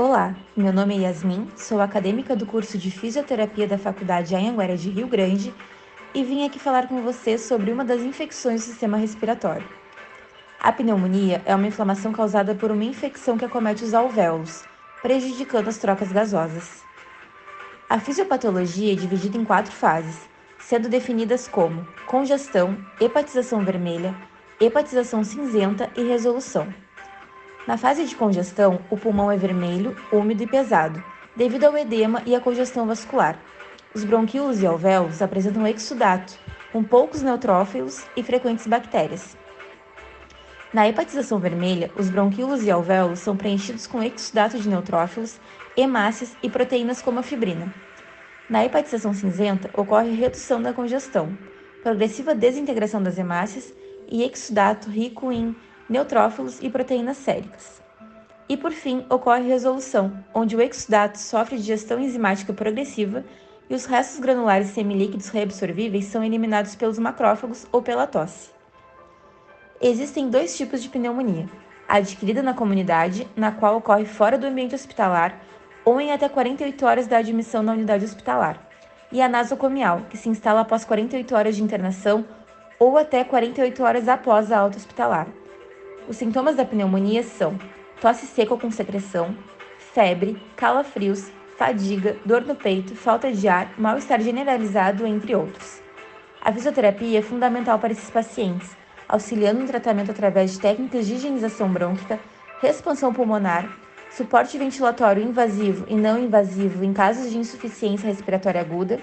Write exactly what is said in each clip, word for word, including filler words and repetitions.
Olá, meu nome é Yasmin, sou acadêmica do curso de Fisioterapia da Faculdade Anhanguera de Rio Grande e vim aqui falar com você sobre uma das infecções do sistema respiratório. A pneumonia é uma inflamação causada por uma infecção que acomete os alvéolos, prejudicando as trocas gasosas. A fisiopatologia é dividida em quatro fases, sendo definidas como congestão, hepatização vermelha, hepatização cinzenta e resolução. Na fase de congestão, o pulmão é vermelho, úmido e pesado, devido ao edema e à congestão vascular. Os bronquíolos e alvéolos apresentam exudato, com poucos neutrófilos e frequentes bactérias. Na hepatização vermelha, os bronquíolos e alvéolos são preenchidos com exudato de neutrófilos, hemácias e proteínas como a fibrina. Na hepatização cinzenta, ocorre redução da congestão, progressiva desintegração das hemácias e exudato rico em neutrófilos e proteínas séricas. E por fim, ocorre resolução, onde o exudato sofre digestão enzimática progressiva e os restos granulares semilíquidos reabsorvíveis são eliminados pelos macrófagos ou pela tosse. Existem dois tipos de pneumonia: a adquirida na comunidade, na qual ocorre fora do ambiente hospitalar ou em até quarenta e oito horas da admissão na unidade hospitalar, e a nasocomial, que se instala após quarenta e oito horas de internação ou até quarenta e oito horas após a alta hospitalar. Os sintomas da pneumonia são tosse seca ou com secreção, febre, calafrios, fadiga, dor no peito, falta de ar, mal-estar generalizado, entre outros. A fisioterapia é fundamental para esses pacientes, auxiliando no tratamento através de técnicas de higienização brônquica, expansão pulmonar, suporte ventilatório invasivo e não invasivo em casos de insuficiência respiratória aguda,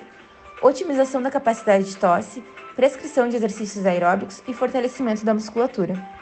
otimização da capacidade de tosse, prescrição de exercícios aeróbicos e fortalecimento da musculatura.